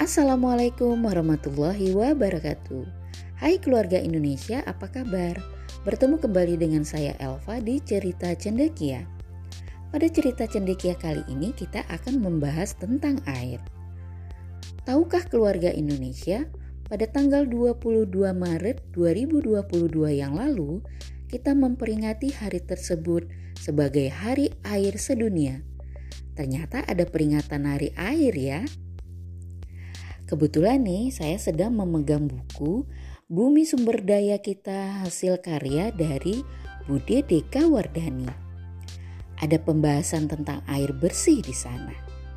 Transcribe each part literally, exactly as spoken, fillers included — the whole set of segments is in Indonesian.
Assalamualaikum warahmatullahi wabarakatuh. Hai keluarga Indonesia, apa kabar? Bertemu kembali dengan saya Elva di Cerita Cendekia. Pada cerita Cendekia kali ini kita akan membahas tentang air. Tahukah keluarga Indonesia, pada tanggal dua puluh dua Maret dua ribu dua puluh dua yang lalu, kita memperingati hari tersebut sebagai Hari Air Sedunia. Ternyata ada peringatan Hari Air ya. Kebetulan nih saya sedang memegang buku Bumi Sumber Daya Kita hasil karya dari Bude Deka Wardani. Ada pembahasan tentang air bersih di sana.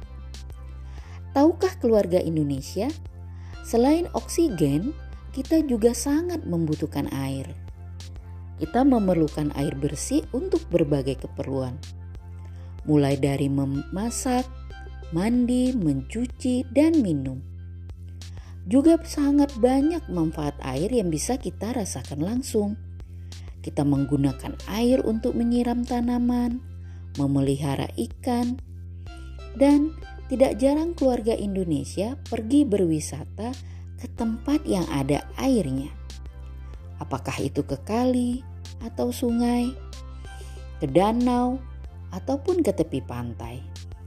Tahukah keluarga Indonesia, selain oksigen, kita juga sangat membutuhkan air. Kita memerlukan air bersih untuk berbagai keperluan. Mulai dari memasak, mandi, mencuci, dan minum. Juga sangat banyak manfaat air yang bisa kita rasakan langsung. Kita menggunakan air untuk menyiram tanaman, memelihara ikan, dan tidak jarang keluarga Indonesia pergi berwisata ke tempat yang ada airnya. Apakah itu ke kali atau sungai, ke danau, ataupun ke tepi pantai.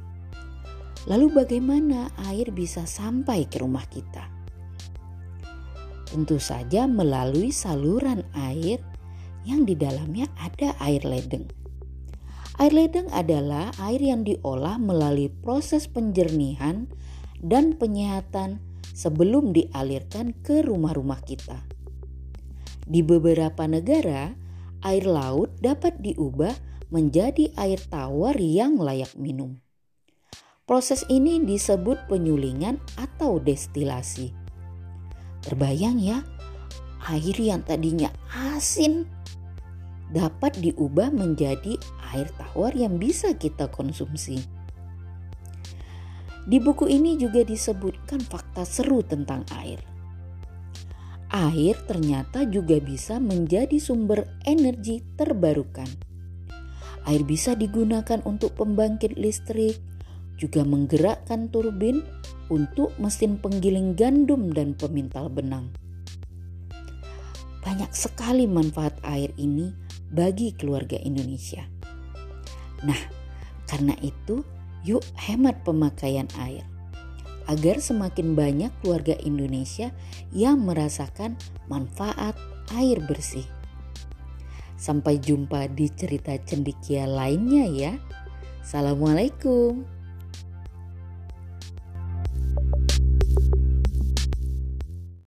Lalu bagaimana air bisa sampai ke rumah kita? Tentu saja melalui saluran air yang di dalamnya ada air ledeng. Air ledeng adalah air yang diolah melalui proses penjernihan dan penyehatan sebelum dialirkan ke rumah-rumah kita. Di beberapa negara, air laut dapat diubah menjadi air tawar yang layak minum. Proses ini disebut penyulingan atau destilasi. Terbayang ya, air yang tadinya asin dapat diubah menjadi air tawar yang bisa kita konsumsi. Di buku ini juga disebutkan fakta seru tentang air. Air ternyata juga bisa menjadi sumber energi terbarukan. Air bisa digunakan untuk pembangkit listrik, juga menggerakkan turbin untuk mesin penggiling gandum dan pemintal benang. Banyak sekali manfaat air ini bagi keluarga Indonesia. Nah, karena itu yuk hemat pemakaian air, agar semakin banyak keluarga Indonesia yang merasakan manfaat air bersih. Sampai jumpa di cerita cendekia lainnya ya. Assalamualaikum.